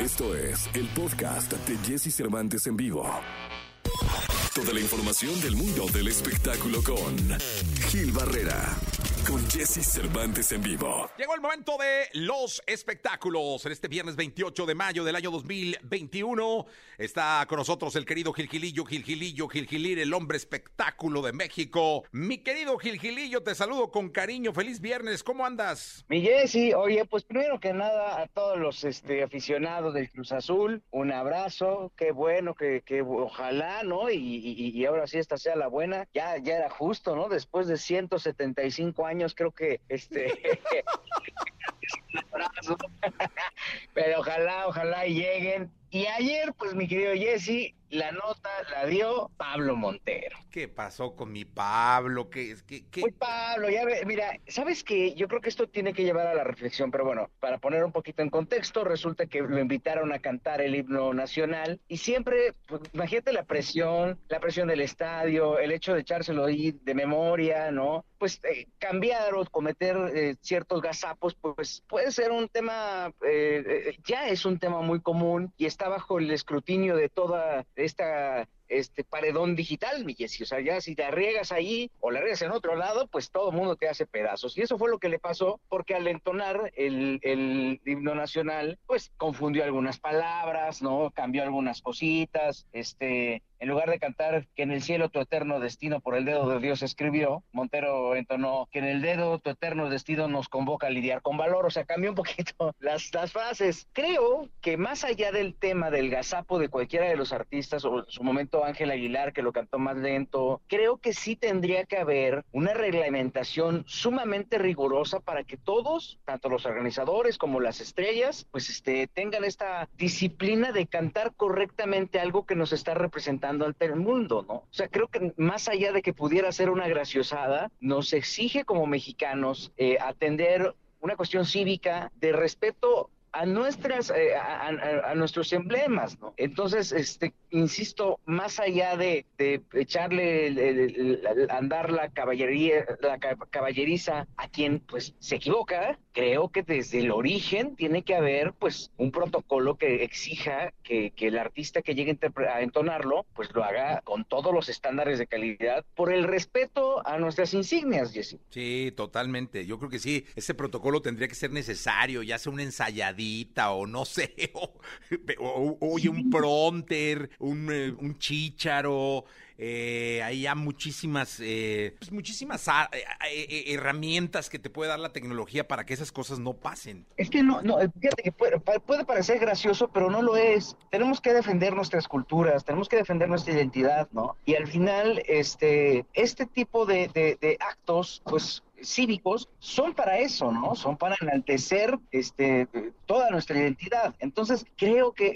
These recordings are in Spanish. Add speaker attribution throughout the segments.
Speaker 1: Esto es el podcast de Jesse Cervantes en vivo. Toda la información del mundo del espectáculo con Gil Barrera, con Jesse Cervantes en vivo.
Speaker 2: Llegó el momento de los espectáculos. En este viernes 28 de mayo del año 2021 está con nosotros el querido Gilgilillo, el hombre espectáculo de México. Mi querido Gilgilillo, te saludo con cariño. Feliz viernes, ¿cómo andas?
Speaker 3: Mi Jessy, oye, pues primero que nada a todos los aficionados del Cruz Azul, un abrazo, qué bueno, que ojalá, ¿no? Y ahora sí esta sea la buena, ya era justo, ¿no? Después de 175 años creo que pero ojalá y lleguen. Y ayer, pues mi querido Jesse, la nota la dio Pablo Montero.
Speaker 2: ¿Qué pasó con mi Pablo? ¿Qué?
Speaker 3: Uy, Pablo, ya ve, mira, ¿sabes qué? Yo creo que esto tiene que llevar a la reflexión, pero bueno, para poner un poquito en contexto, resulta que lo invitaron a cantar el himno nacional y siempre, pues, imagínate la presión del estadio, el hecho de echárselo ahí de memoria, ¿no? Pues cambiar o cometer ciertos gazapos, pues puede ser un tema, ya es un tema muy común y está bajo el escrutinio de toda esta paredón digital, mi Jessy. O sea, ya si te arriesgas ahí o la arriesgas en otro lado, pues todo el mundo te hace pedazos. Y eso fue lo que le pasó, porque al entonar el himno nacional, pues confundió algunas palabras, ¿no? Cambió algunas cositas, en lugar de cantar que en el cielo tu eterno destino por el dedo de Dios escribió, Montero entonó que en el dedo tu eterno destino nos convoca a lidiar con valor. O sea, cambió un poquito las frases. Creo que más allá del tema del gazapo de cualquiera de los artistas, o en su momento Ángel Aguilar, que lo cantó más lento, creo que sí tendría que haber una reglamentación sumamente rigurosa para que todos, tanto los organizadores como las estrellas, pues tengan esta disciplina de cantar correctamente algo que nos está representando ante el mundo, ¿no? O sea, creo que más allá de que pudiera ser una graciosada, nos exige como mexicanos atender una cuestión cívica de respeto a nuestros emblemas, ¿no? Entonces, insisto, más allá de echarle andar la caballeriza a quien pues se equivoca, creo que desde el origen tiene que haber pues un protocolo que exija que el artista que llegue a entonarlo pues lo haga con todos los estándares de calidad por el respeto a nuestras insignias, Jessy.
Speaker 2: Sí, totalmente. Yo creo que sí, ese protocolo tendría que ser necesario, ya sea una ensayadita o no sé, oye, un prompter, un chícharo. Hay ya muchísimas herramientas que te puede dar la tecnología para que esas cosas no pasen.
Speaker 3: Es que no, fíjate que puede parecer gracioso, pero no lo es. Tenemos que defender nuestras culturas, tenemos que defender nuestra identidad, ¿no? Y al final, este tipo de actos, pues cívicos son para eso, ¿no? Son para enaltecer toda nuestra identidad. Entonces, creo que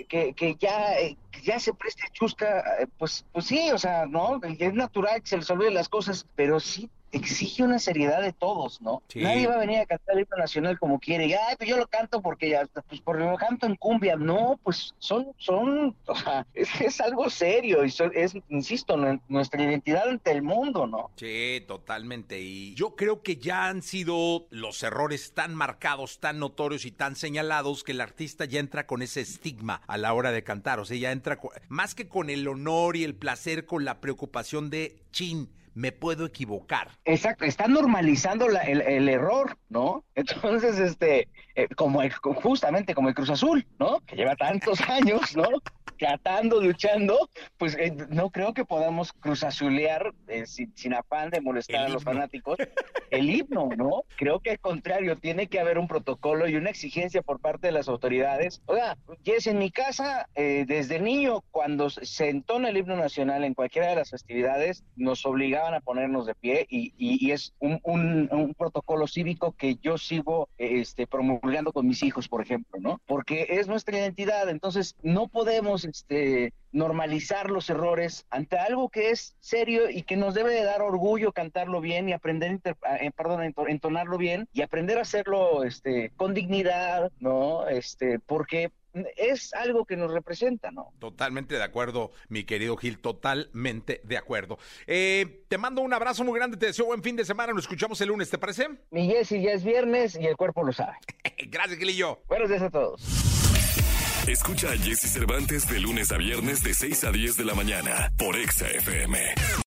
Speaker 3: ya se presta chusca, pues sí, o sea, ¿no? Es natural que se les olviden las cosas, pero sí exige una seriedad de todos, ¿no? Sí. Nadie va a venir a cantar el himno nacional como quiere, y pues yo lo canto porque porque lo canto en cumbia. No, pues son, o sea, es algo serio, y insisto, nuestra identidad ante el mundo, ¿no?
Speaker 2: Sí, totalmente, y yo creo que ya han sido los errores tan marcados, tan notorios y tan señalados que el artista ya entra con ese estigma a la hora de cantar. O sea, ya entra más que con el honor y el placer, con la preocupación de me puedo equivocar.
Speaker 3: Exacto, está normalizando el error, ¿no? Entonces, justamente como el Cruz Azul, ¿no? Que lleva tantos años, ¿no? Tratando, luchando, pues no creo que podamos cruzazulear sin afán de molestar a los fanáticos el himno, ¿no? Creo que al contrario, tiene que haber un protocolo y una exigencia por parte de las autoridades. Oiga, Jess, en mi casa, desde niño, cuando se entona el himno nacional en cualquiera de las festividades, nos obligaban a ponernos de pie y es un protocolo cívico que yo sigo promulgando con mis hijos, por ejemplo, ¿no? Porque es nuestra identidad, entonces no podemos normalizar los errores ante algo que es serio y que nos debe de dar orgullo cantarlo bien y aprender entonarlo bien y aprender a hacerlo con dignidad, ¿no? Porque es algo que nos representa, ¿no?
Speaker 2: Totalmente de acuerdo, mi querido Gil, totalmente de acuerdo. Te mando un abrazo muy grande, te deseo buen fin de semana, nos escuchamos el lunes, ¿te parece?
Speaker 3: Mi Jessy, ya es viernes y el cuerpo lo sabe.
Speaker 2: Gracias, Gilillo.
Speaker 3: Buenos días a todos.
Speaker 1: Escucha a Jesse Cervantes de lunes a viernes de 6 a 10 de la mañana por Exa FM.